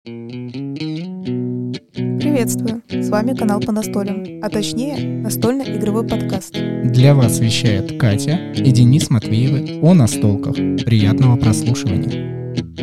Приветствую! С вами канал по настолям, а точнее настольно-игровой подкаст. Для вас вещает Катя и Денис Матвеевы о настолках. Приятного прослушивания.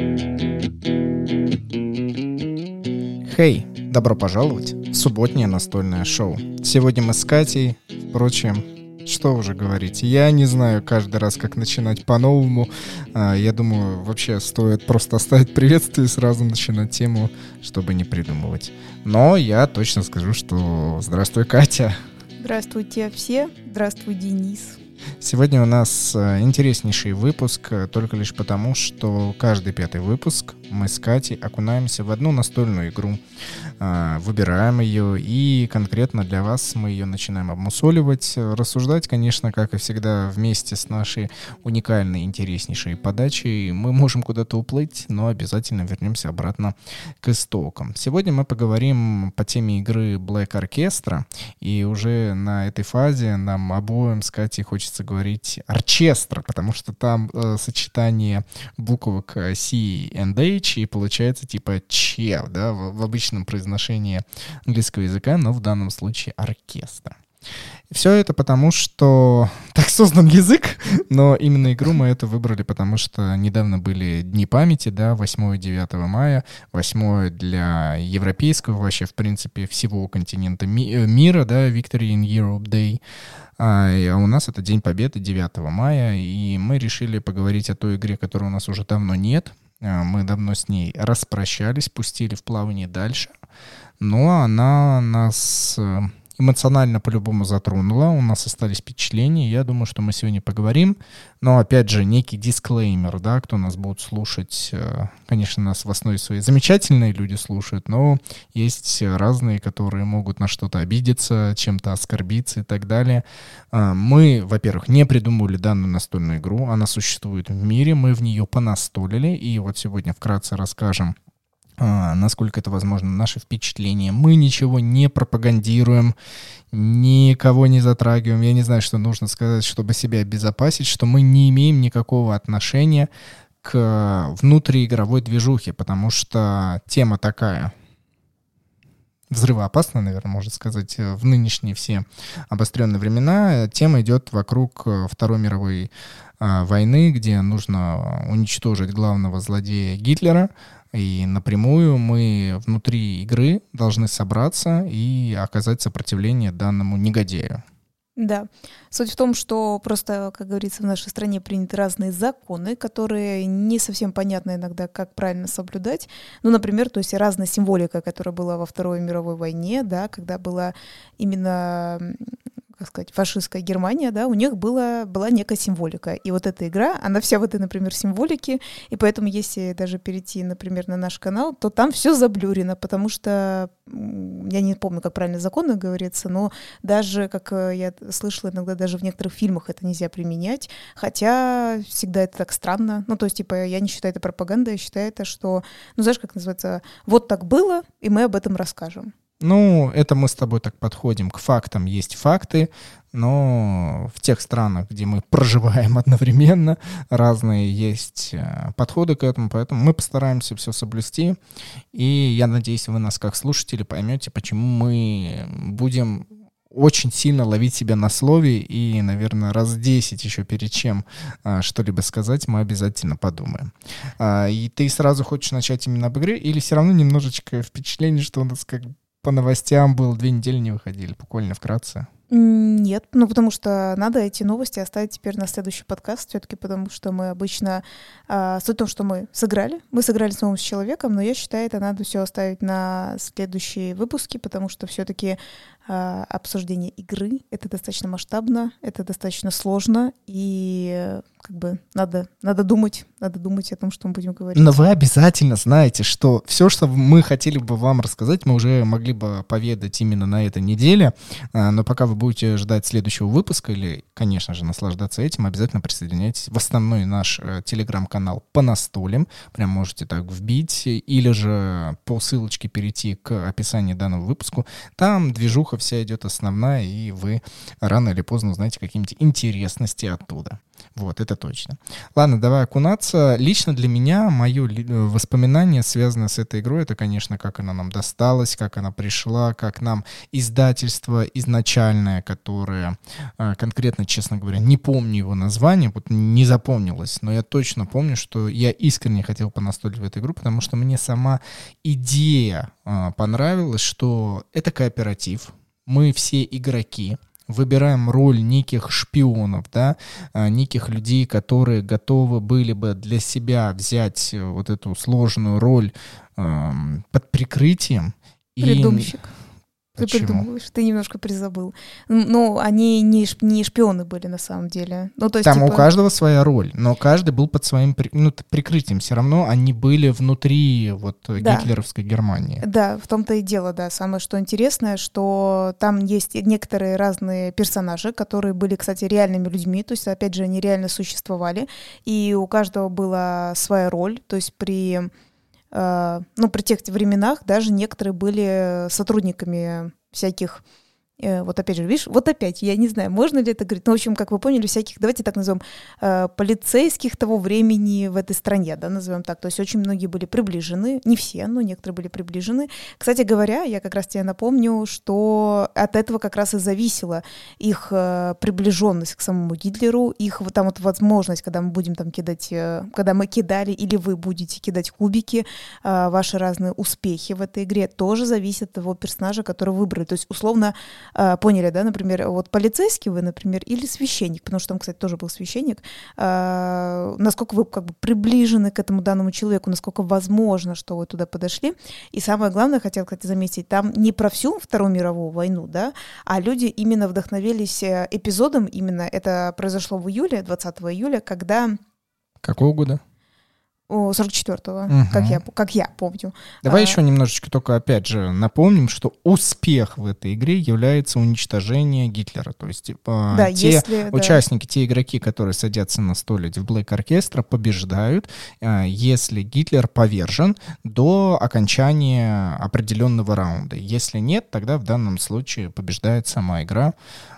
Хей, добро пожаловать в субботнее настольное шоу. Сегодня мы с Катей, впрочем, что уже говорить, я не знаю каждый раз, как начинать по-новому. Я думаю, вообще стоит просто оставить приветствие и сразу начинать тему, чтобы не придумывать. Но я точно скажу, что здравствуй, Катя. Здравствуйте все, здравствуй, Денис. Сегодня у нас интереснейший выпуск, только лишь потому, что каждый пятый выпуск мы с Катей окунаемся в одну настольную игру, выбираем ее, и конкретно для вас мы ее начинаем обмусоливать, рассуждать, конечно, как и всегда, вместе с нашей уникальной, интереснейшей подачей. Мы можем куда-то уплыть, но обязательно вернемся обратно к истокам. Сегодня мы поговорим по теме игры Black Orchestra, и уже на этой фазе нам обоим с Катей хочется говорить орчестра, потому что там сочетание буквок C и H, и получается типа че, да, в обычном произношении английского языка, но в данном случае оркестра. Все это потому, что так создан язык, но именно игру мы это выбрали, потому что недавно были Дни памяти, да, 8 и 9 мая, 8 для европейского, вообще, в принципе, всего континента мира, да, Victory in Europe Day, а у нас это День Победы 9 мая, и мы решили поговорить о той игре, которой у нас уже давно нет. Мы давно с ней распрощались, пустили в плавание дальше, но она нас эмоционально по-любому затронула, у нас остались впечатления, я думаю, что мы сегодня поговорим, но, опять же, некий дисклеймер, да, кто нас будет слушать, конечно, нас в основе своей замечательные люди слушают, но есть разные, которые могут на что-то обидеться, чем-то оскорбиться и так далее. Мы, во-первых, не придумывали данную настольную игру, она существует в мире, мы в нее понастолили, и вот сегодня вкратце расскажем, насколько это возможно, наши впечатления. Мы ничего не пропагандируем, никого не затрагиваем. Я не знаю, что нужно сказать, чтобы себя обезопасить, что мы не имеем никакого отношения к внутриигровой движухе, потому что тема такая взрывоопасная, наверное, можно сказать, в нынешние все обостренные времена. Тема идет вокруг Второй мировой войны, где нужно уничтожить главного злодея Гитлера, и напрямую мы внутри игры должны собраться и оказать сопротивление данному негодяю. Да. Суть в том, что просто, как говорится, в нашей стране приняты разные законы, которые не совсем понятно иногда, как правильно соблюдать. Ну, например, то есть разная символика, которая была во Второй мировой войне, да, когда была именно, как сказать, фашистская Германия, да, у них была некая символика. И вот эта игра, она вся в этой, например, символике, и поэтому если даже перейти, например, на наш канал, то там все заблюрено, потому что, я не помню, как правильно законы говорится, но даже, как я слышала, иногда даже в некоторых фильмах это нельзя применять, хотя всегда это так странно. Ну, то есть, типа, я не считаю это пропагандой, я считаю это, что, ну, знаешь, как называется, вот так было, и мы об этом расскажем. Ну, это мы с тобой так подходим к фактам. Есть факты, но в тех странах, где мы проживаем одновременно, разные есть подходы к этому, поэтому мы постараемся все соблюсти. И я надеюсь, вы нас как слушатели поймете, почему мы будем очень сильно ловить себя на слове и, наверное, раз 10 еще перед чем что-либо сказать, мы обязательно подумаем. И ты сразу хочешь начать именно об игре, или все равно немножечко впечатление, что у нас как по новостям было 2 недели не выходили, буквально вкратце? Нет, ну потому что надо эти новости оставить теперь на следующий подкаст, все-таки потому что мы обычно... Суть в том, что мы сыграли с новым человеком, но я считаю, это надо все оставить на следующие выпуски, потому что все-таки обсуждение игры — это достаточно масштабно, это достаточно сложно, и как бы надо думать о том, что мы будем говорить. Но вы обязательно знаете, что все, что мы хотели бы вам рассказать, мы уже могли бы поведать именно на этой неделе, но пока вы будете ждать следующего выпуска или, конечно же, наслаждаться этим, обязательно присоединяйтесь в основной наш телеграм-канал по настолям, прям можете так вбить, или же по ссылочке перейти к описанию данного выпуска, там движуха вся идет основная, и вы рано или поздно узнаете какие-нибудь интересности оттуда. Вот, это точно. Ладно, давай окунаться. Лично для меня мое воспоминание, связанное с этой игрой, это, конечно, как она нам досталась, как она пришла, как нам издательство изначальное, которое конкретно, честно говоря, не помню его название, вот не запомнилось, но я точно помню, что я искренне хотел понастолить в эту игру, потому что мне сама идея понравилась, что это кооператив, мы все игроки, выбираем роль неких шпионов, да, неких людей, которые готовы были бы для себя взять вот эту сложную роль под прикрытием. Придумщик. Ты Почему? придумываешь, ты немножко призабыл. Ну, они не шпионы были на самом деле. Ну, то есть, Там типа... у каждого своя роль, но каждый был под своим прикрытием. Все равно они были внутри вот гитлеровской Германии. Да, в том-то и дело, да. Самое что интересное, что там есть некоторые разные персонажи, которые были, кстати, реальными людьми, то есть, опять же, они реально существовали, и у каждого была своя роль, то есть при тех временах даже некоторые были сотрудниками всяких, вот опять же, видишь, вот опять, я не знаю, можно ли это говорить, но, в общем, как вы поняли, всяких, давайте так назовем, полицейских того времени в этой стране, да, назовем так, то есть очень многие были приближены, не все, но некоторые были приближены. Кстати говоря, я как раз тебе напомню, что от этого как раз и зависела их приближенность к самому Гитлеру, их вот там вот возможность, когда мы будем там кидать, когда мы кидали или вы будете кидать кубики, ваши разные успехи в этой игре тоже зависят от того персонажа, который выбрали, то есть условно поняли, да, например, вот полицейский вы, например, или священник, потому что там, кстати, тоже был священник, насколько вы как бы приближены к этому данному человеку, насколько возможно, что вы туда подошли. И самое главное, хотел, кстати, заметить, там не про всю Вторую мировую войну, да, а люди именно вдохновились эпизодом, именно это произошло в июле, 20 июля, когда... Какого года? 44-го, как я помню. Давай еще немножечко только, опять же, напомним, что успех в этой игре является уничтожение Гитлера. То есть участники, те игроки, которые садятся на столик в Black Orchestra, побеждают, если Гитлер повержен до окончания определенного раунда. Если нет, тогда в данном случае побеждает сама игра.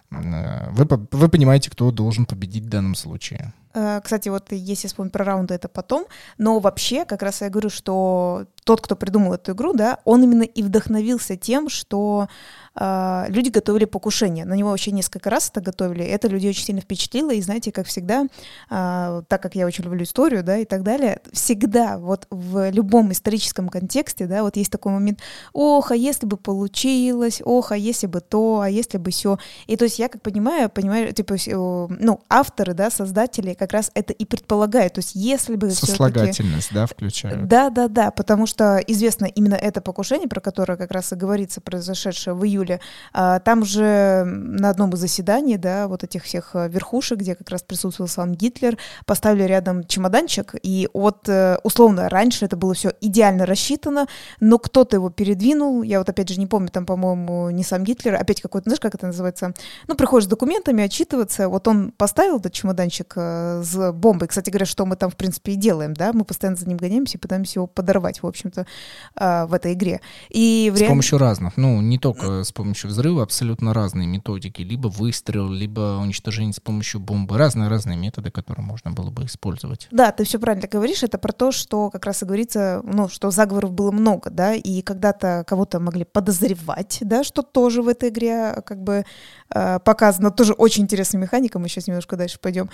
Вы понимаете, кто должен победить в данном случае. Кстати, вот если вспомнить про раунды, это потом, но вообще, как раз я говорю, что тот, кто придумал эту игру, да, он именно и вдохновился тем, что люди готовили покушение. На него вообще несколько раз это готовили. Это людей очень сильно впечатлило. И знаете, как всегда, так как я очень люблю историю, да, и так далее, всегда вот в любом историческом контексте, да, вот есть такой момент: ох, а если бы получилось, ох, а если бы то, а если бы сё. И то есть я как понимаю, типа, авторы, да, создатели как раз это и предполагают. То есть если бы сослагательность, да, включают. Да, потому что известно именно это покушение, про которое как раз и говорится, произошедшее в июле. Там же на одном из заседаний, да, вот этих всех верхушек, где как раз присутствовал сам Гитлер, поставили рядом чемоданчик, и вот условно раньше это было все идеально рассчитано, но кто-то его передвинул, я вот опять же не помню, там, по-моему, не сам Гитлер, опять какой-то, знаешь, как это называется, приходишь с документами отчитываться, вот он поставил этот чемоданчик с бомбой, кстати говоря, что мы там, в принципе, и делаем, да, мы постоянно за ним гоняемся и пытаемся его подорвать, в общем-то, в этой игре. И с помощью разных, не только с помощью взрыва, абсолютно разные методики, либо выстрел, либо уничтожение с помощью бомбы, разные методы, которые можно было бы использовать. Да, ты все правильно говоришь, это про то, что как раз и говорится, что заговоров было много, да, и когда-то кого-то могли подозревать, да, что тоже в этой игре как бы показано, тоже очень интересная механика, мы сейчас немножко дальше пойдем.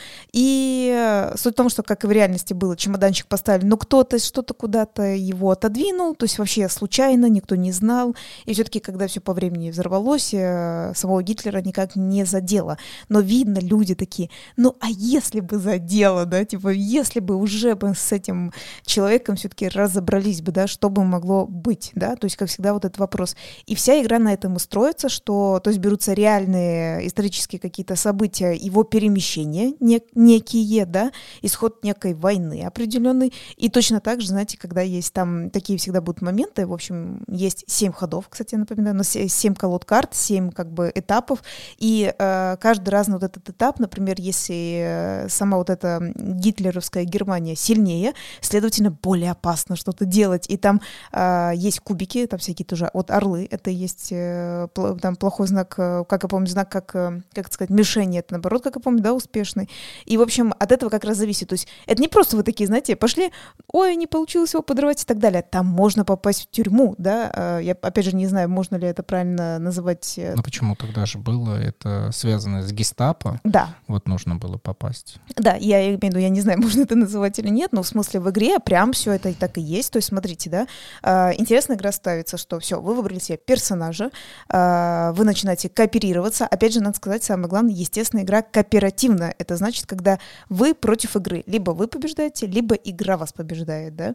И суть в том, что как и в реальности было, чемоданчик поставили, но кто-то что-то куда-то его отодвинул, то есть вообще случайно, никто не знал, и все-таки, когда все по времени взорвалось, самого Гитлера никак не задело. Но видно, люди такие, а если бы задело, да, типа, если бы уже бы с этим человеком все-таки разобрались бы, да, что бы могло быть, да, то есть, как всегда, вот этот вопрос. И вся игра на этом и строится, что, то есть, берутся реальные исторические какие-то события, его перемещения некие, да, исход некой войны определенной, и точно так же, знаете, когда есть там такие всегда будут моменты. В общем, есть 7 ходов, кстати, я напоминаю, но 7 колод карт, 7 как бы этапов, и каждый разный вот этот этап, например, если сама вот эта гитлеровская Германия сильнее, следовательно, более опасно что-то делать. И там есть кубики, там всякие тоже, вот орлы, это есть там плохой знак, как я помню, знак, как сказать, мишени, это наоборот, как я помню, да, успешный. И, в общем, от этого как раз зависит. То есть это не просто вы такие, знаете, пошли, ой, не получилось его подорвать и так далее. Там можно попасть в тюрьму, да. Я, опять же, не знаю, можно ли это правильно называть. Ну почему тогда же было это связано с гестапо? Да. Вот нужно было попасть. Да, я имею в виду, я не знаю, можно это называть или нет, но в смысле в игре прям все это и так и есть. То есть смотрите, да, интересная игра ставится, что все, вы выбрали себе персонажа, вы начинаете кооперироваться. Опять же, надо сказать, самое главное, естественно, игра кооперативная. Это значит, когда вы против игры. Либо вы побеждаете, либо игра вас побеждает, да.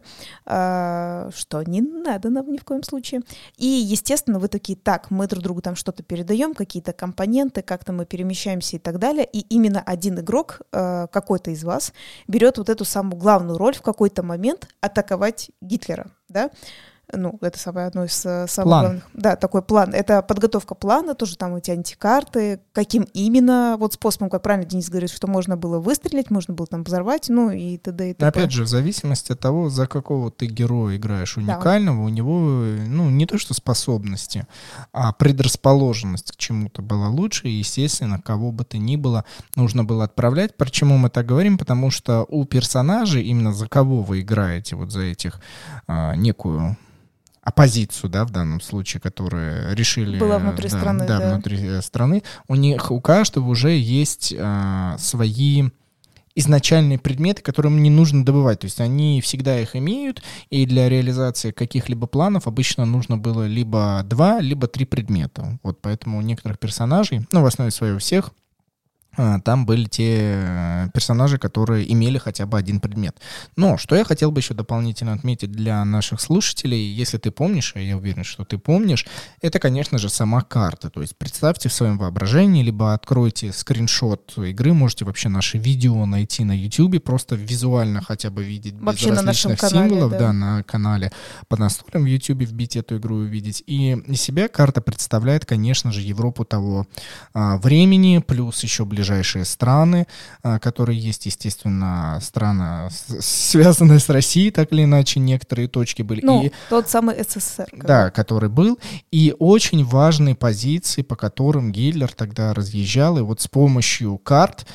Что не надо нам ни в коем случае. И, естественно, вы такие, так, мы друг другу там что-то передаем, какие-то компоненты, как-то мы перемещаемся и так далее. И именно один игрок, какой-то из вас, берет вот эту самую главную роль в какой-то момент атаковать Гитлера, да. Ну, это самое одно из самых главных. Да, такой план. Это подготовка плана, тоже там эти антикарты, каким именно вот способом, как правильно Денис говорит, что можно было выстрелить, можно было там взорвать, ну и т.д. и т.п. Опять же, в зависимости от того, за какого ты героя играешь уникального, у него, ну, не то что способности, а предрасположенность к чему-то была лучше, и, естественно, кого бы то ни было, нужно было отправлять. Почему мы так говорим? Потому что у персонажей, именно за кого вы играете, вот за этих некую оппозицию, да, в данном случае, которые решили... Была внутри страны, да. Внутри страны. У каждого уже есть свои изначальные предметы, которые им не нужно добывать. То есть они всегда их имеют, и для реализации каких-либо планов обычно нужно было либо 2, либо 3 предмета. Вот поэтому у некоторых персонажей, ну, в основе своей у всех, там были те персонажи, которые имели хотя бы один предмет. Но что я хотел бы еще дополнительно отметить для наших слушателей, если ты помнишь, а я уверен, что ты помнишь, это, конечно же, сама карта. То есть представьте в своем воображении, либо откройте скриншот игры, можете вообще наше видео найти на YouTube, просто визуально хотя бы видеть вообще без на различных канале, символов, да. Да, на канале под настолем в YouTube вбить эту игру и увидеть. И из себя карта представляет, конечно же, Европу того времени, плюс еще ближайшие страны, которые есть, естественно, страны, связанные с Россией, так или иначе, некоторые точки были. Ну, и, тот самый СССР. Да, который был. И очень важные позиции, по которым Гитлер тогда разъезжал. И вот с помощью карт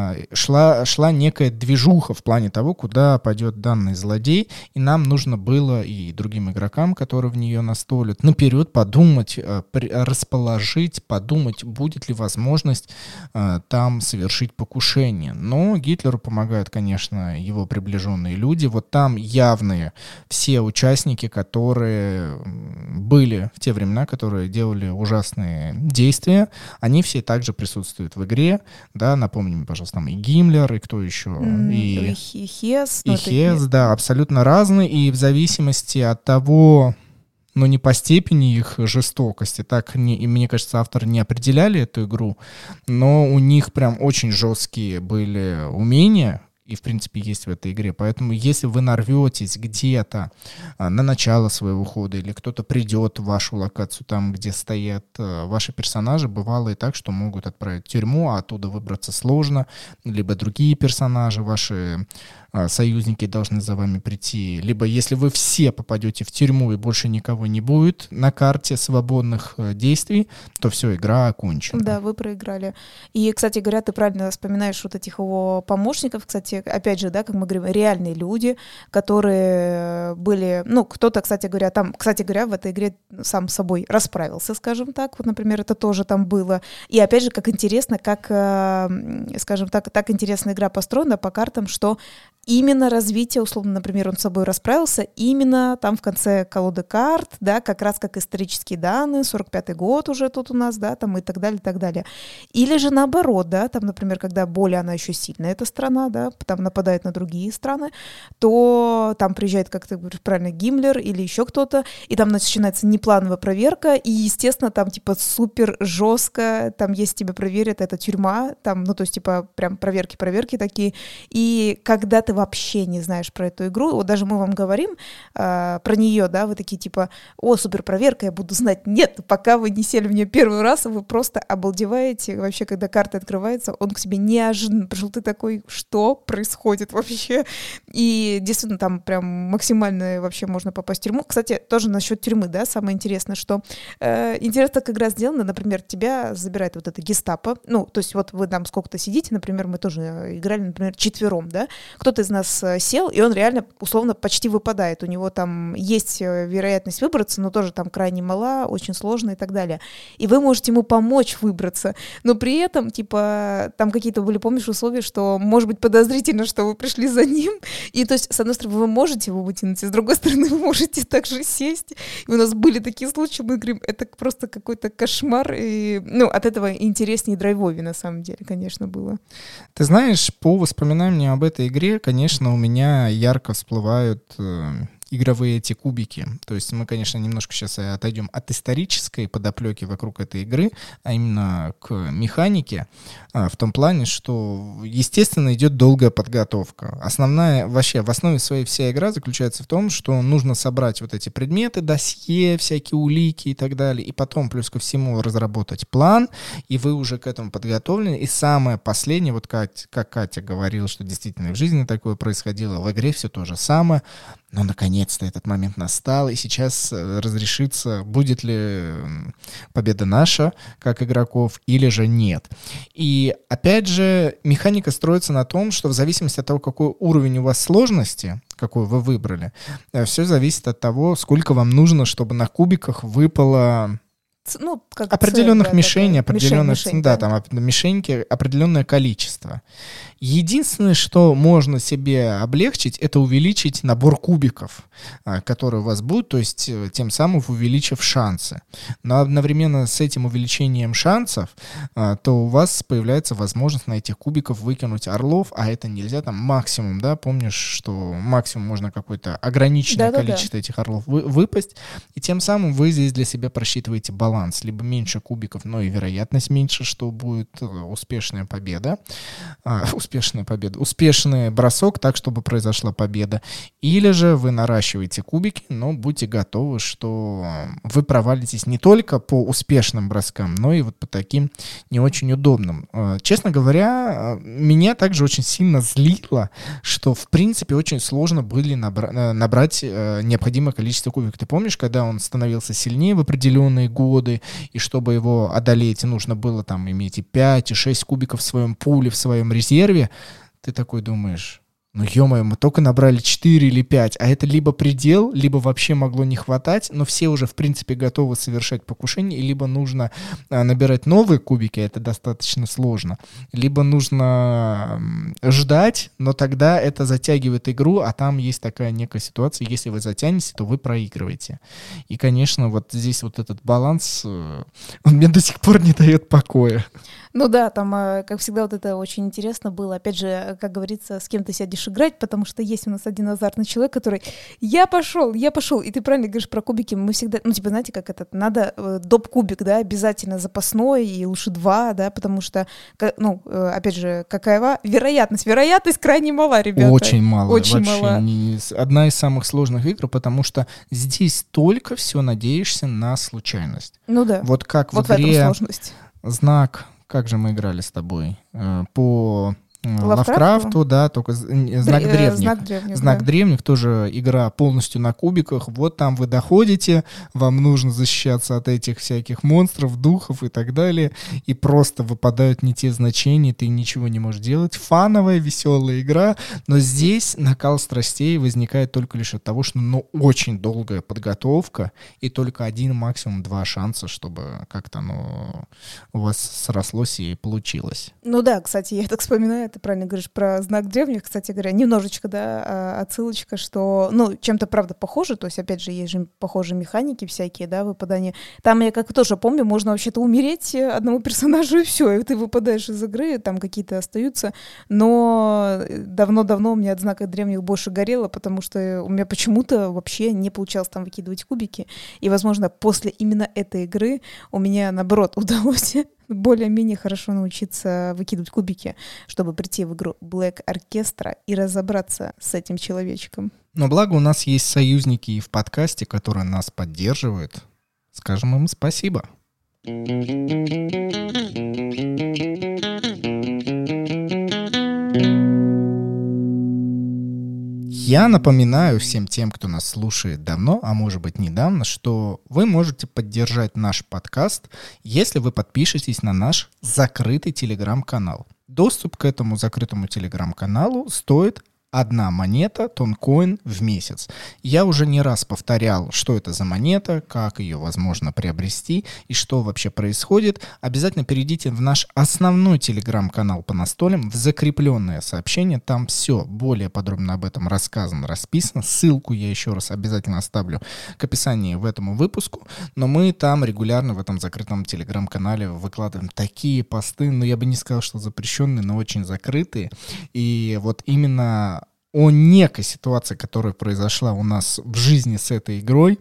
шла некая движуха в плане того, куда пойдет данный злодей. И нам нужно было, и другим игрокам, которые в нее настолят, наперед подумать, расположить, подумать, будет ли возможность там совершить покушение. Но Гитлеру помогают, конечно, его приближенные люди. Вот там явные все участники, которые были в те времена, которые делали ужасные действия, они все также присутствуют в игре. Да, напомним, пожалуйста, там и Гиммлер, и кто еще? И Хесс. И Хесс, да, абсолютно разные. И в зависимости от того, но не по степени их жестокости. Так, мне кажется, авторы не определяли эту игру, но у них прям очень жесткие были умения, и, в принципе, есть в этой игре. Поэтому, если вы нарветесь где-то на начало своего хода, или кто-то придет в вашу локацию, там, где стоят ваши персонажи, бывало и так, что могут отправить в тюрьму, а оттуда выбраться сложно, либо другие персонажи, ваши союзники должны за вами прийти. Либо если вы все попадете в тюрьму и больше никого не будет на карте свободных действий, то все, игра окончена. Да, вы проиграли. И, кстати говоря, ты правильно вспоминаешь вот этих его помощников. Кстати, опять же, да, как мы говорим, реальные люди, которые были, ну, кто-то, кстати говоря, в этой игре сам с собой расправился, скажем так. Вот, например, это тоже там было. И опять же, как интересно, как, скажем так интересная игра построена по картам, что именно развитие, условно, например, он с собой расправился, именно там в конце колоды карт, да, как раз как исторические данные, 45-й год уже тут у нас, да, там и так далее, и так далее. Или же наоборот, да, там, например, когда более она еще сильная, эта страна, да, там нападает на другие страны, то там приезжает, как ты говоришь правильно, Гиммлер или еще кто-то, и там начинается неплановая проверка, и, естественно, там, типа, супер жестко, там, если тебя проверят, это тюрьма, там, ну, то есть, типа, прям проверки такие, и когда ты вообще не знаешь про эту игру, вот даже мы вам говорим про нее, да, вы такие типа, о, супер проверка, я буду знать. Нет, пока вы не сели в нее первый раз, вы просто обалдеваете. Вообще, когда карта открывается, он к тебе неожиданно пришел, ты такой, что происходит вообще? И действительно, там прям максимально вообще можно попасть в тюрьму. Кстати, тоже насчет тюрьмы, да, самое интересное, что интересно как раз сделано, например, тебя забирает вот это гестапо, ну, то есть вот вы там сколько-то сидите, например, мы тоже играли, например, четвером, да, кто-то из нас сел, и он реально условно почти выпадает, у него там есть вероятность выбраться, но тоже там крайне мала, очень сложно и так далее. И вы можете ему помочь выбраться, но при этом, типа, там какие-то были, помнишь, условия, что может быть подозрительно, что вы пришли за ним, и то есть, с одной стороны, вы можете его вытянуть, и с другой стороны, вы можете также сесть. И у нас были такие случаи, мы говорим, это просто какой-то кошмар, и, ну, от этого интереснее и драйвовее, на самом деле, конечно, было. Ты знаешь, по воспоминаниям об этой игре, конечно, у меня ярко всплывают игровые эти кубики. То есть мы, конечно, немножко сейчас отойдем от исторической подоплеки вокруг этой игры, а именно к механике, в том плане, что, естественно, идет долгая подготовка. Основная, вообще, в основе своей вся игра заключается в том, что нужно собрать вот эти предметы, досье, всякие улики и так далее, и потом, плюс ко всему, разработать план, и вы уже к этому подготовлены. И самое последнее, вот как Катя говорила, что действительно в жизни такое происходило, в игре все то же самое. Но наконец-то этот момент настал, и сейчас разрешится, будет ли победа наша, как игроков, или же нет. И опять же, механика строится на том, что в зависимости от того, какой уровень у вас сложности, какой вы выбрали, все зависит от того, сколько вам нужно, чтобы на кубиках выпало... Ну, как определенных цель, да, мишеней, определенных, мишень, да, там мишеньки, определенное количество. Единственное, что можно себе облегчить, это увеличить набор кубиков, которые у вас будут, то есть тем самым увеличив шансы. Но одновременно с этим увеличением шансов, то у вас появляется возможность на этих кубиков выкинуть орлов, а это нельзя, там максимум, да, помнишь, что максимум можно какое-то ограниченное количество этих орлов выпасть, и тем самым вы здесь для себя просчитываете баланс, либо меньше кубиков, но и вероятность меньше, что будет успешная победа, успешный бросок, так, чтобы произошла победа. Или же вы наращиваете кубики, но будьте готовы, что вы провалитесь не только по успешным броскам, но и вот по таким не очень удобным. Честно говоря, меня также очень сильно злило, что, в принципе, очень сложно были набрать необходимое количество кубиков. Ты помнишь, когда он становился сильнее в определенные годы, и чтобы его одолеть, нужно было там иметь и 5, и 6 кубиков в своем пуле, в своем резерве, ты такой думаешь, ну ё-моё, мы только набрали 4 или 5, а это либо предел, либо вообще могло не хватать, но все уже в принципе готовы совершать покушение, либо нужно набирать новые кубики, это достаточно сложно, либо нужно ждать, но тогда это затягивает игру, а там есть такая некая ситуация, если вы затянете, то вы проигрываете. И, конечно, вот здесь вот этот баланс, он мне до сих пор не дает покоя. Ну да, там, как всегда, вот это очень интересно было. Опять же, как говорится, с кем ты сядешь играть, потому что есть у нас один азартный человек, который я пошел. И ты правильно говоришь про кубики. Мы всегда, ну, типа, знаете, как это, надо доп-кубик, да, обязательно запасной, и лучше 2, да, потому что, ну, опять же, какая вероятность? Вероятность крайне мала, ребята. Очень мало. Очень вообще мала. Одна из самых сложных игр, потому что здесь только все надеешься на случайность. Ну да. Вот как вот в игре в этом сложность. Знак, как же мы играли с тобой, по Лавкрафту, да, только знак древних. Знак древних, тоже игра полностью на кубиках. Вот там вы доходите, вам нужно защищаться от этих всяких монстров, духов и так далее, и просто выпадают не те значения, ты ничего не можешь делать. Фановая, веселая игра, но здесь накал страстей возникает только лишь от того, что, ну, очень долгая подготовка, и только 1, максимум 2 шанса, чтобы как-то, ну, у вас срослось и получилось. Ну да, кстати, я так вспоминаю, ты правильно говоришь про знак древних, кстати говоря, немножечко, да, отсылочка, что, ну, чем-то, правда, похоже, то есть, опять же, есть же похожие механики всякие, да, выпадания. Там, я как тоже помню, можно вообще-то умереть одному персонажу, и все, и ты выпадаешь из игры, там какие-то остаются, но давно-давно у меня от знака древних больше горело, потому что у меня почему-то вообще не получалось там выкидывать кубики, и, возможно, после именно этой игры у меня, наоборот, удалось более-менее хорошо научиться выкидывать кубики, чтобы прийти в игру Black Orchestra и разобраться с этим человечком. Но благо у нас есть союзники и в подкасте, которые нас поддерживают. Скажем им спасибо. Я напоминаю всем тем, кто нас слушает давно, а может быть недавно, что вы можете поддержать наш подкаст, если вы подпишетесь на наш закрытый телеграм-канал. Доступ к этому закрытому телеграм-каналу стоит 1 монета Тонкоин в месяц. Я уже не раз повторял, что это за монета, как ее возможно приобрести и что вообще происходит. Обязательно перейдите в наш основной телеграм-канал по настолям, в закрепленное сообщение. Там все более подробно об этом рассказано, расписано. Ссылку я еще раз обязательно оставлю к описанию в этому выпуску. Но мы там регулярно в этом закрытом телеграм-канале выкладываем такие посты, я бы не сказал, что запрещенные, но очень закрытые. И вот именно о некой ситуации, которая произошла у нас в жизни с этой игрой.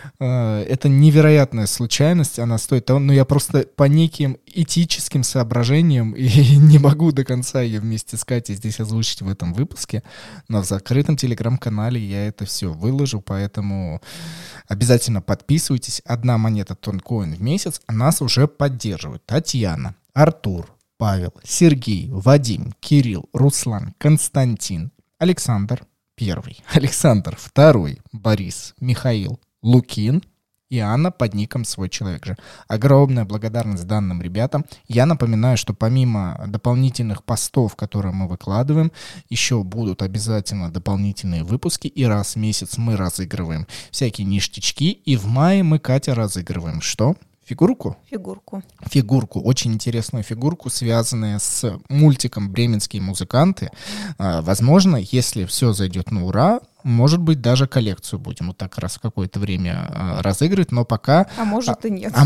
Это невероятная случайность, она стоит того, но я просто по неким этическим соображениям и не могу до конца ее вместе с Катей здесь озвучить в этом выпуске, но в закрытом телеграм-канале я это все выложу, поэтому обязательно подписывайтесь. 1 монета Тонкоин в месяц, нас уже поддерживают Татьяна, Артур, Павел, Сергей, Вадим, Кирилл, Руслан, Константин, Александр I, Александр II, Борис, Михаил, Лукин и Анна под ником «Свой человек же». Огромная благодарность данным ребятам. Я напоминаю, что помимо дополнительных постов, которые мы выкладываем, еще будут обязательно дополнительные выпуски, и раз в месяц мы разыгрываем всякие ништячки, и в мае мы, Катя, разыгрываем что? Фигурку? Фигурку. Очень интересную фигурку, связанную с мультиком «Бременские музыканты». Возможно, если все зайдет на ура, может быть, даже коллекцию будем вот так раз в какое-то время разыгрывать, но пока... А может и нет.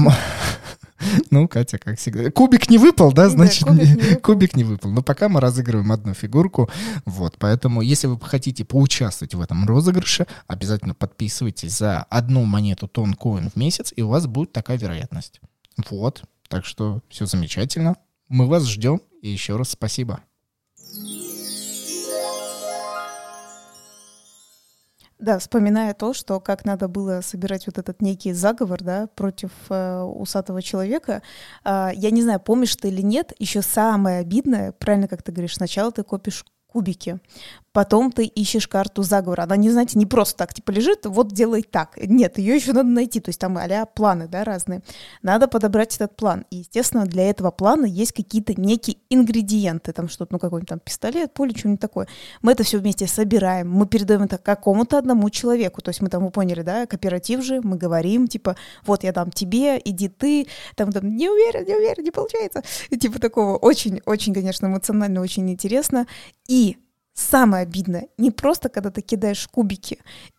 Ну, Катя, как всегда. Кубик не выпал, да? Значит, кубик не выпал. Но пока мы разыгрываем одну фигурку. Вот, поэтому, если вы хотите поучаствовать в этом розыгрыше, обязательно подписывайтесь за 1 монету Тонкоин в месяц, и у вас будет такая вероятность. Вот, так что все замечательно. Мы вас ждем, и еще раз спасибо. Да, вспоминая то, что как надо было собирать вот этот некий заговор, да, против усатого человека, я не знаю, помнишь ты или нет, еще самое обидное, правильно как ты говоришь, сначала ты копишь кубики, потом ты ищешь карту заговора. Она, не знаете, не просто так, типа, лежит, вот делай так. Нет, ее еще надо найти, то есть там а-ля планы, да, разные. Надо подобрать этот план. И, естественно, для этого плана есть какие-то некие ингредиенты, там что-то, какой-нибудь там пистолет, пуля, что-нибудь такое. Мы это все вместе собираем, мы передаем это какому-то одному человеку. То есть мы там, вы поняли, да, кооператив же, мы говорим, типа, вот я дам тебе, иди ты, там не уверен, не получается. И, типа такого очень, конечно, эмоционально, очень интересно. И самое обидное, не просто когда ты кидаешь кубики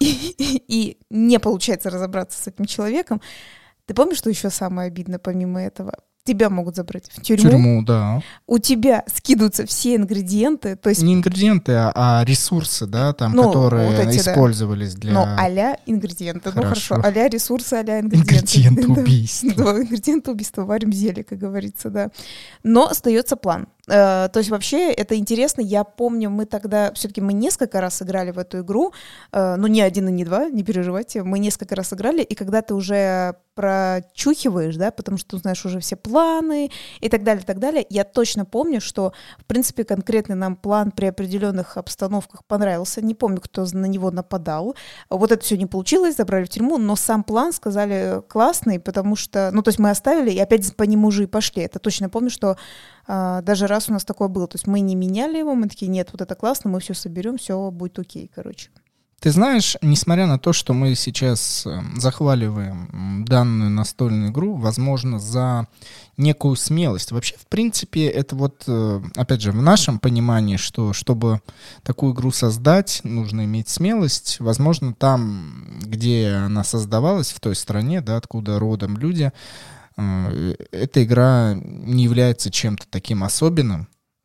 и не получается разобраться с этим человеком. Ты помнишь, что еще самое обидное помимо этого? Тебя могут забрать в тюрьму. Тюрьму, да. У тебя скидываются все ингредиенты. То есть... Не ингредиенты, а ресурсы, да, там, которые вот эти, использовались для... Ну, а-ля ингредиенты. Хорошо. Ну, хорошо. А-ля ресурсы, а-ля ингредиенты. Ингредиенты убийства. Да, ингредиенты убийства. Варим зелье, как говорится, да. Но остается план. То есть вообще это интересно. Я помню, мы тогда... Все-таки мы несколько раз играли в эту игру. Ну, не 1 и не 2, не переживайте. Мы несколько раз играли, и когда ты уже прочухиваешь, да, потому что ты знаешь уже все планы и так далее, я точно помню, что, в принципе, конкретный нам план при определенных обстановках понравился. Не помню, кто на него нападал. Вот это все не получилось, забрали в тюрьму, но сам план, сказали, классный, потому что... Ну, то есть мы оставили, и опять по нему уже и пошли. Это точно помню, что даже раз у нас такое было. То есть мы не меняли его, мы такие, нет, вот это классно, мы все соберем, все будет окей, короче. Ты знаешь, несмотря на то, что мы сейчас захваливаем данную настольную игру, возможно, за некую смелость. Вообще, в принципе, это вот, опять же, в нашем понимании, что чтобы такую игру создать, нужно иметь смелость. Возможно, там, где она создавалась, в той стране, да, откуда родом люди, эта игра не является чем-то таким особенным.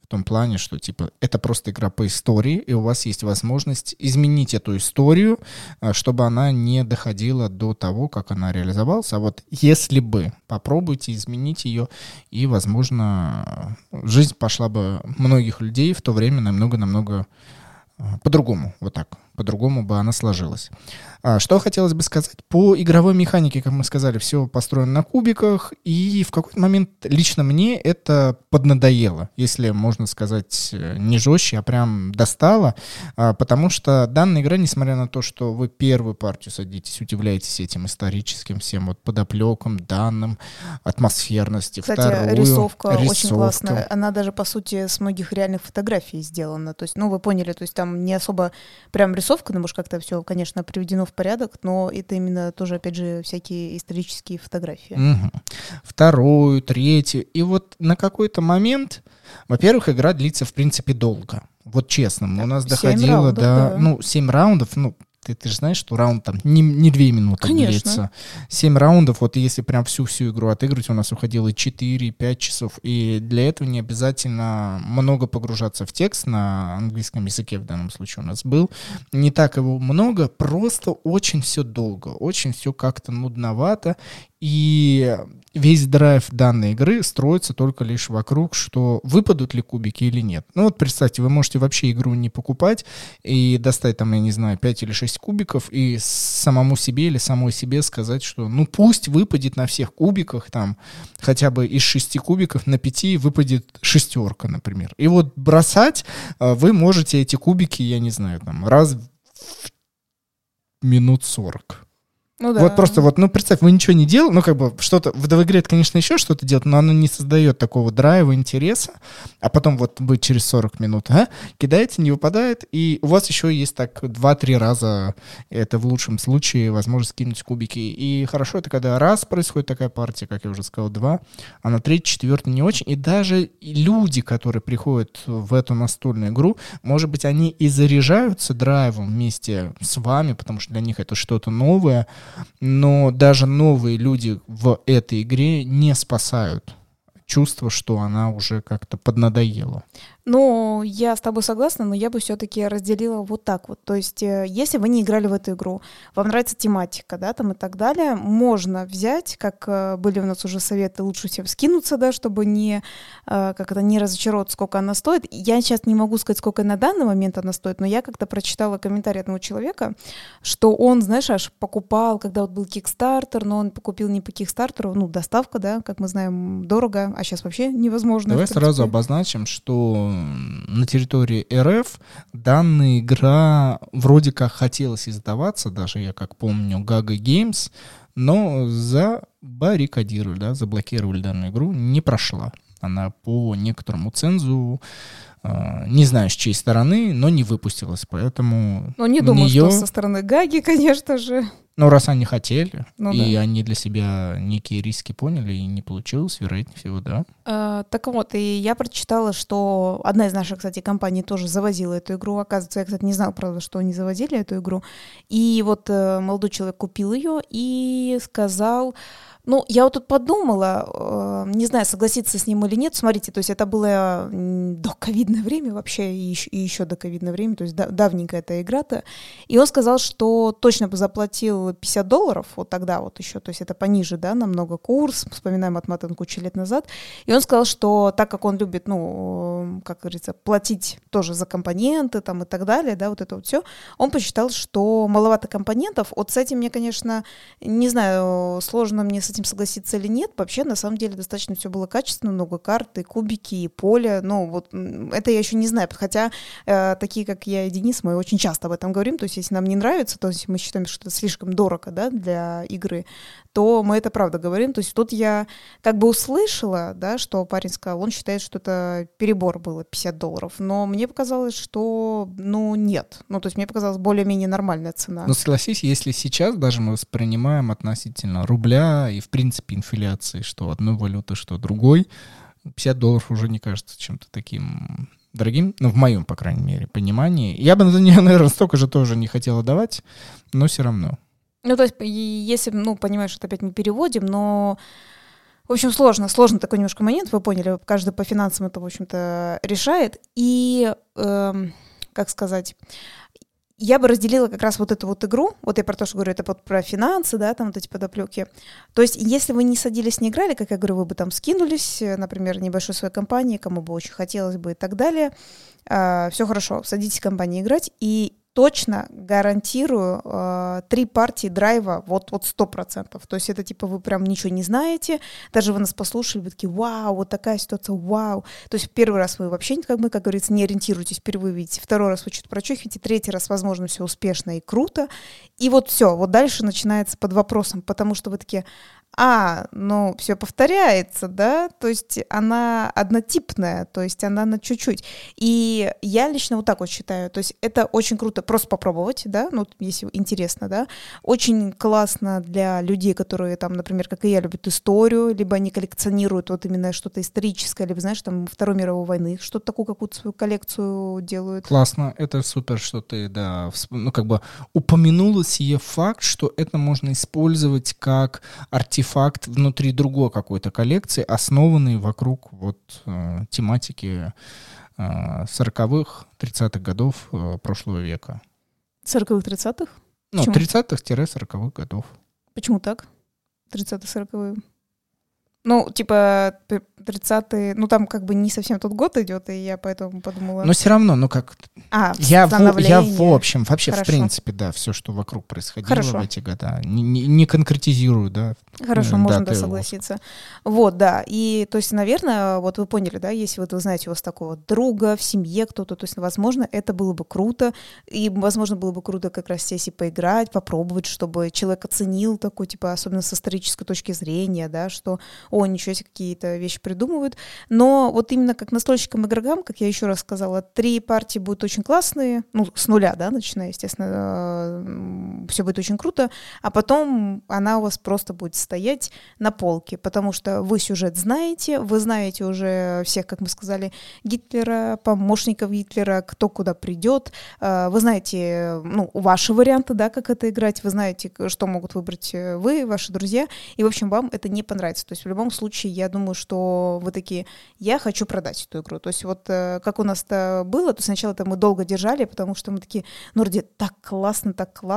том плане, что, типа, это просто игра по истории, и у вас есть возможность изменить эту историю, чтобы она не доходила до того, как она реализовалась. А вот если бы, попробуйте изменить ее, и, возможно, жизнь пошла бы многих людей в то время намного-намного по-другому, вот так, по-другому бы она сложилась. Что хотелось бы сказать? По игровой механике, как мы сказали, все построено на кубиках, и в какой-то момент лично мне это поднадоело, если можно сказать не жестче, а прям достало, потому что данная игра, несмотря на то, что вы первую партию садитесь, удивляетесь этим историческим всем вот подоплекам, данным, атмосферности, кстати, вторую... рисовка очень классная. Она даже, по сути, с многих реальных фотографий сделана. То есть, ну, вы поняли, то есть там не особо прям рисовка, но, может, как-то все, конечно, приведено в порядок, но это именно тоже, опять же, всякие исторические фотографии. Угу. Вторую, третью. И вот на какой-то момент, во-первых, игра длится, в принципе, долго. Вот честно, у нас доходило раундов, до... да. Ну, 7 раундов, ну, ты же знаешь, что раунд там не 2 минуты длится. 7 раундов, вот если прям всю игру отыгрывать, у нас уходило 4-5 часов. И для этого не обязательно много погружаться в текст на английском языке в данном случае у нас был. Не так его много, просто очень все долго, очень все как-то нудновато. И весь драйв данной игры строится только лишь вокруг, что выпадут ли кубики или нет. Ну вот представьте, вы можете вообще игру не покупать и достать там, я не знаю, 5 или 6 кубиков и самому себе или самой себе сказать, что ну пусть выпадет на всех кубиках, там хотя бы из 6 кубиков на 5 выпадет шестерка, например. И вот бросать вы можете эти кубики, я не знаю, там раз в минут 40. Ну, да. Вот просто вот, ну, представь, вы ничего не делаете, ну, как бы, что-то, в игре, конечно, еще что-то делать, но оно не создает такого драйва, интереса, а потом вот вы через 40 минут, кидаете, не выпадает, и у вас еще есть так 2-3 раза, это в лучшем случае, возможность кинуть кубики, и хорошо это, когда раз происходит такая партия, как я уже сказал, 2, а на 3-4 не очень, и даже люди, которые приходят в эту настольную игру, может быть, они и заряжаются драйвом вместе с вами, потому что для них это что-то новое, но даже новые люди в этой игре не спасают чувство, что она уже как-то поднадоела. Ну, я с тобой согласна, но я бы все-таки разделила вот так вот. То есть, если вы не играли в эту игру, вам нравится тематика, да, там и так далее, можно взять, как были у нас уже советы, лучше всем скинуться, да, чтобы не разочароваться, сколько она стоит. Я сейчас не могу сказать, сколько на данный момент она стоит, но я как-то прочитала комментарий одного человека, что он, знаешь, аж покупал, когда вот был Kickstarter, но он купил не по Kickstarter, ну, доставка, да, как мы знаем, дорого, а сейчас вообще невозможно. Давай сразу обозначим, что на территории РФ данная игра вроде как хотелось издаваться, даже я как помню, Gaga Games, но забаррикадировали, да, заблокировали данную игру, не прошла. Она по некоторому цензу, не знаю, с чьей стороны, но не выпустилась, поэтому... Ну, не думаю, что со стороны Гаги, конечно же. Ну, раз они хотели, ну, и да. они для себя некие риски поняли, и не получилось, вероятнее всего, да. Так вот, и я прочитала, что одна из наших, кстати, компаний тоже завозила эту игру. Оказывается, я, кстати, не знала, правда, что они завозили эту игру. И вот молодой человек купил ее и сказал... Ну, я вот тут подумала, не знаю, согласиться с ним или нет. Смотрите, то есть это было до ковидное время вообще, и еще до ковидное время, то есть давненькая эта игра-то. И он сказал, что точно бы заплатил $50, вот тогда вот еще, то есть это пониже, да, намного курс, вспоминаем отмотан кучу лет назад. И он сказал, что так как он любит, ну, как говорится, платить тоже за компоненты там и так далее, да, вот это вот все, он посчитал, что маловато компонентов. Вот с этим мне, конечно, не знаю, сложно мне с этим согласиться или нет. Вообще, на самом деле, достаточно все было качественно, много карт, и кубики, и поле. Ну, вот это я еще не знаю. Хотя такие, как я и Денис, мы очень часто об этом говорим. То есть, если нам не нравится, то есть мы считаем, что это слишком дорого, да, для игры, то мы это правда говорим. То есть тут я как бы услышала, да, что парень сказал, он считает, что это перебор было $50. Но мне показалось, что, ну, нет. Ну, то есть мне показалось более-менее нормальная цена. Но согласись, если сейчас даже мы воспринимаем относительно рубля и, в принципе, инфляции, что одной валюты, что другой, $50 уже не кажется чем-то таким дорогим, ну, в моем, по крайней мере, понимании. Я бы за нее, наверное, столько же тоже не хотела давать, но все равно. Ну, то есть, если, ну, понимаешь, что опять мы переводим, но В общем, сложный такой немножко момент, вы поняли, каждый по финансам это, в общем-то, решает. И, как сказать, я бы разделила как раз вот эту вот игру, вот я про то, что говорю, это вот про финансы, да, там вот эти подоплеки. То есть, если вы не садились, не играли, как я говорю, вы бы там скинулись, например, небольшой своей компании, кому бы очень хотелось бы и так далее, все хорошо, садитесь в компании играть, и точно гарантирую 3 партии драйва вот 100%. То есть это типа вы прям ничего не знаете, даже вы нас послушали, вы такие, вау, вот такая ситуация, вау. То есть первый раз вы вообще, как говорится, не ориентируетесь, впервые видите, второй раз вы что-то прочухиваете, третий раз, возможно, все успешно и круто. И вот все, вот дальше начинается под вопросом, потому что вы такие, ну, все повторяется, да, то есть она однотипная, то есть она на чуть-чуть. И я лично вот так вот считаю, то есть это очень круто просто попробовать, да, ну, если интересно, да, очень классно для людей, которые там, например, как и я, любят историю, либо они коллекционируют вот именно что-то историческое, либо, знаешь, там, Второй мировой войны, что-то такую какую-то свою коллекцию делают. Классно, это супер, что ты, да, ну, как бы упомянула сие факт, что это можно использовать как артефакт внутри другой какой-то коллекции, основанный вокруг вот тематики 40-х, 30-х годов прошлого века. 40-х, 30-х? Ну, 30-х-40-х годов. Почему так? 30-е, 40-е? Ну, типа, 30-е, ну, там как бы не совсем тот год идет, и я поэтому подумала... Но все равно, ну, как... Я в общем, вообще, Хорошо. в принципе, да, все, что вокруг происходило Хорошо. в эти года, не конкретизирую, да. Хорошо, можно да, согласиться. Вот, да, и, то есть, наверное, вот вы поняли, да, если вот вы знаете у вас такого друга в семье кто-то, то есть, возможно, это было бы круто, и, возможно, было бы круто как раз сесть и поиграть, попробовать, чтобы человек оценил такой, типа, особенно с исторической точки зрения, да, что ничего себе, какие-то вещи придумывают. Но вот именно как настольщикам и игрокам, как я еще раз сказала, 3 партии будут очень классные, ну, с нуля, да, начиная, естественно, все будет очень круто, а потом она у вас просто будет стоять на полке, потому что вы сюжет знаете, вы знаете уже всех, как мы сказали, Гитлера, помощников Гитлера, кто куда придет, вы знаете, ну, ваши варианты, да, как это играть, вы знаете, что могут выбрать вы, ваши друзья, и, в общем, вам это не понравится. То есть в любом случае, я думаю, что вы такие, я хочу продать эту игру. То есть вот как у нас это было, то сначала мы долго держали, потому что мы такие, ну, вроде так классно,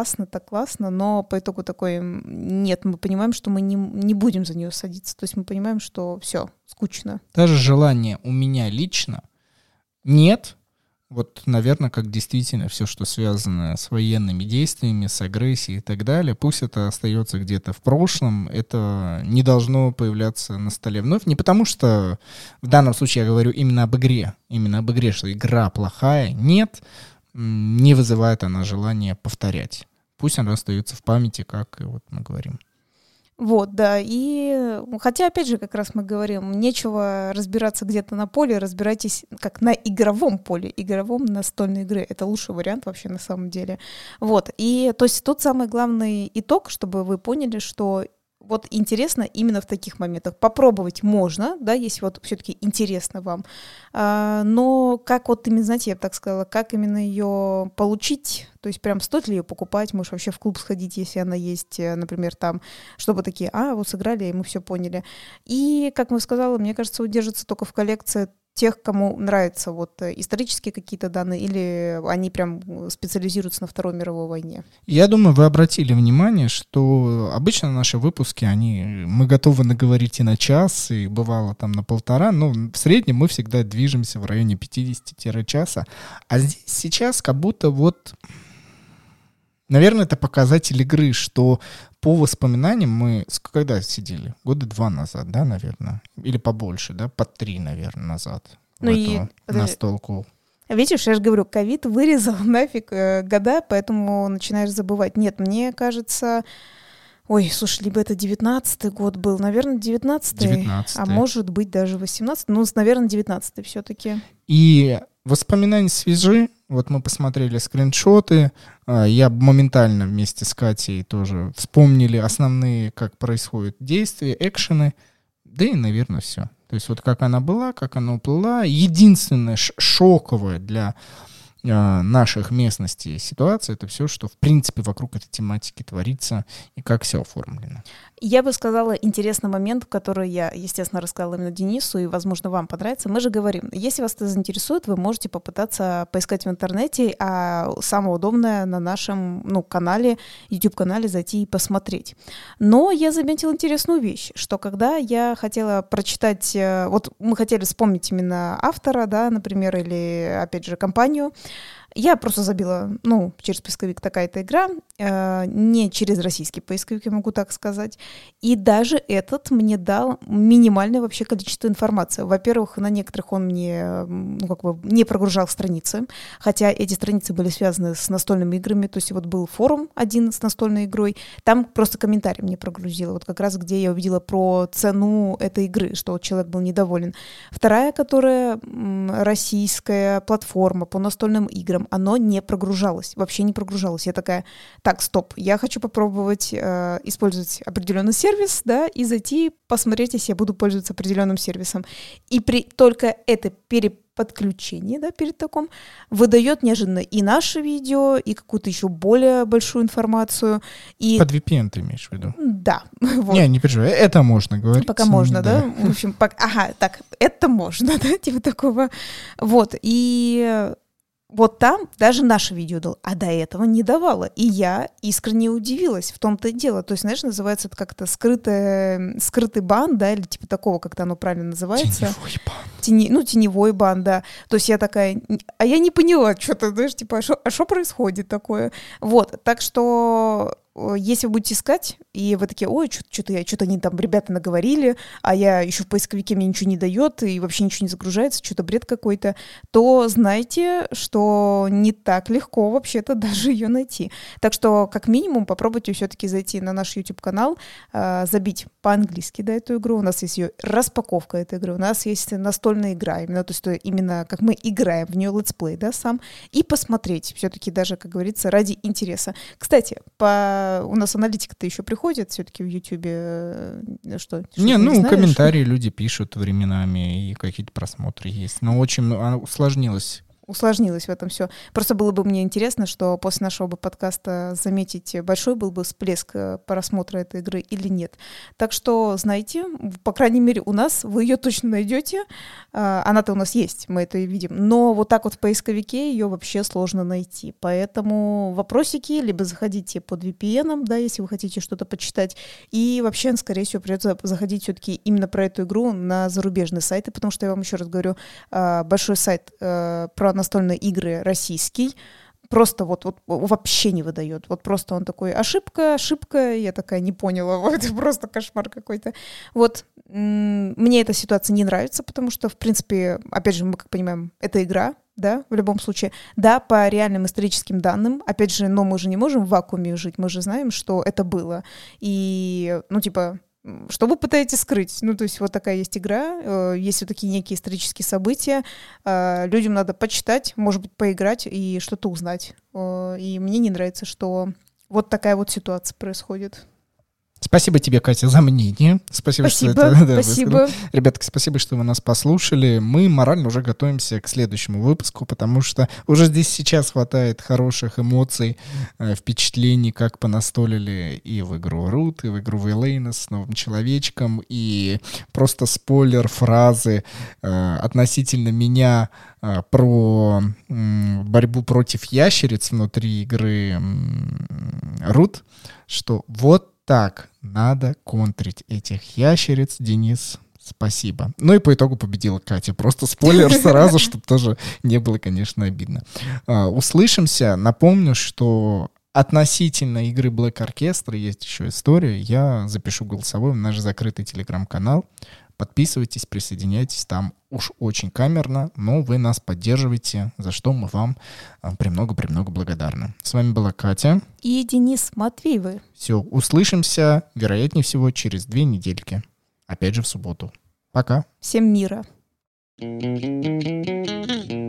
но по итогу такой, нет, мы понимаем, что мы не будем за нее садиться. То есть мы понимаем, что все, скучно. Даже желание у меня лично нет. Вот, наверное, как действительно все, что связано с военными действиями, с агрессией и так далее, пусть это остается где-то в прошлом, это не должно появляться на столе вновь. Не потому что в данном случае я говорю именно об игре, что игра плохая. Нет, не вызывает она желания повторять. Пусть она остается в памяти, как и вот мы говорим. Вот, да, и хотя, опять же, как раз мы говорим, нечего разбираться где-то на поле, разбирайтесь как на игровом поле, игровом настольной игры. Это лучший вариант вообще на самом деле. Вот, и то есть тут самый главный итог, чтобы вы поняли, что вот интересно именно в таких моментах. Попробовать можно, да, если вот все-таки интересно вам. Но как вот именно, знаете, я бы так сказала, как именно ее получить, то есть прям стоит ли ее покупать, можешь вообще в клуб сходить, если она есть, например, там, чтобы такие, вот сыграли, и мы все поняли. И, как мы сказали, мне кажется, удержится только в коллекции тех, кому нравятся вот исторические какие-то данные, или они прям специализируются на Второй мировой войне. Я думаю, вы обратили внимание, что обычно наши выпуски, мы готовы наговорить и на час, и бывало там на 1,5, но в среднем мы всегда движемся в районе 50-часа. А здесь сейчас как будто вот... Наверное, это показатель игры, что по воспоминаниям мы когда сидели? 2 года назад, да, наверное? Или побольше, да? 3, наверное, назад. Ну и настолку. Видишь, я же говорю, ковид вырезал нафиг года, поэтому начинаешь забывать. Нет, мне кажется... Ой, слушай, либо это 19-й год был, наверное, 19-й, а может быть даже 18-й, ну, наверное, 19-й все-таки. И воспоминания свежи, вот мы посмотрели скриншоты, я моментально вместе с Катей тоже вспомнили основные, как происходят действия, экшены, да и, наверное, все. То есть вот как она была, как она уплыла. Единственное шоковое для наших местностей ситуации, это все, что в принципе вокруг этой тематики творится и как все оформлено. Я бы сказала интересный момент, который я, естественно, рассказала именно Денису, и, возможно, вам понравится. Мы же говорим, если вас это заинтересует, вы можете попытаться поискать в интернете, а самое удобное на нашем канале, YouTube-канале зайти и посмотреть. Но я заметила интересную вещь, что когда я хотела прочитать, вот мы хотели вспомнить именно автора, да, например, или, опять же, компанию, я просто забила, через поисковик такая-то игра, не через российский поисковик, я могу так сказать. И даже этот мне дал минимальное вообще количество информации. Во-первых, на некоторых он мне не прогружал страницы, хотя эти страницы были связаны с настольными играми. То есть вот был форум один с настольной игрой, там просто комментарий мне прогрузило, вот как раз где я увидела про цену этой игры, что человек был недоволен. Вторая, которая российская платформа по настольным играм, оно не прогружалось, вообще не прогружалось. Я такая, так, стоп, я хочу попробовать использовать определенный сервис, да, и зайти посмотреть, если я буду пользоваться определенным сервисом. И только это переподключение, да, перед таким, выдает неожиданно и наше видео, и какую-то еще более большую информацию. И... Под VPN ты имеешь в виду? Да. Вот. Не переживай, это можно говорить. Пока можно, да? В общем, это можно, да, типа такого. Вот, и... Вот там даже наше видео дал, а до этого не давало. И я искренне удивилась, в том-то и дело. То есть, знаешь, называется это как-то скрытый бан, да, или типа такого, как-то оно правильно называется. Теневой бан. Теневой бан, да. То есть я такая, а я не поняла, что-то, знаешь, типа, а что происходит такое? Вот, так что... Если вы будете искать, и вы такие, ой, что-то они там, ребята, наговорили, а я еще в поисковике мне ничего не дает, и вообще ничего не загружается, что-то бред какой-то, то знайте, что не так легко вообще-то даже ее найти. Так что, как минимум, попробуйте все-таки зайти на наш YouTube-канал, забить по-английски, да, эту игру. У нас есть ее распаковка этой игры, у нас есть настольная игра, именно, то есть именно как мы играем в нее летсплей, да, сам, и посмотреть все-таки даже, как говорится, ради интереса. Кстати, у нас аналитика-то еще приходит все-таки в Ютубе. Что комментарии люди пишут временами, и какие-то просмотры есть. Но очень усложнилось. Усложнилось в этом все. Просто было бы мне интересно, что после нашего бы подкаста заметить, большой был бы всплеск просмотра этой игры или нет. Так что, знаете, по крайней мере, у нас вы ее точно найдете. Она-то у нас есть, мы это и видим. Но вот так вот в поисковике ее вообще сложно найти. Поэтому вопросики, либо заходите под VPN, да, если вы хотите что-то почитать. И вообще, скорее всего, придется заходить все-таки именно про эту игру на зарубежные сайты, потому что я вам еще раз говорю, большой сайт про настольные игры российский просто вот вообще не выдает. Вот просто он такой, ошибка, я такая не поняла, это просто кошмар какой-то. Вот мне эта ситуация не нравится, потому что, в принципе, опять же, мы как понимаем, это игра, да, в любом случае. Да, по реальным историческим данным, опять же, но мы же не можем в вакууме жить, мы же знаем, что это было. И, что вы пытаетесь скрыть? То есть вот такая есть игра, есть вот такие некие исторические события, людям надо почитать, может быть, поиграть и что-то узнать. И мне не нравится, что вот такая вот ситуация происходит. Спасибо тебе, Катя, за мнение. Спасибо. Что это, спасибо. Ребятки, спасибо, что вы нас послушали. Мы морально уже готовимся к следующему выпуску, потому что уже здесь сейчас хватает хороших эмоций, впечатлений, как понастолили и в игру Root, и в игру Вейлейна с новым человечком, и просто спойлер фразы относительно меня про борьбу против ящериц внутри игры Root, что вот так надо контрить этих ящериц, Денис. Спасибо. Ну и по итогу победила Катя. Просто спойлер сразу, чтобы тоже не было, конечно, обидно. Услышимся. Напомню, что относительно игры Black Orchestra есть еще история. Я запишу голосовой в наш закрытый телеграм-канал. Подписывайтесь, присоединяйтесь. Там уж очень камерно, но вы нас поддерживаете, за что мы вам премного благодарны. С вами была Катя. И Денис Матвеевы. Все, услышимся, вероятнее всего, через 2 недельки. Опять же в субботу. Пока. Всем мира.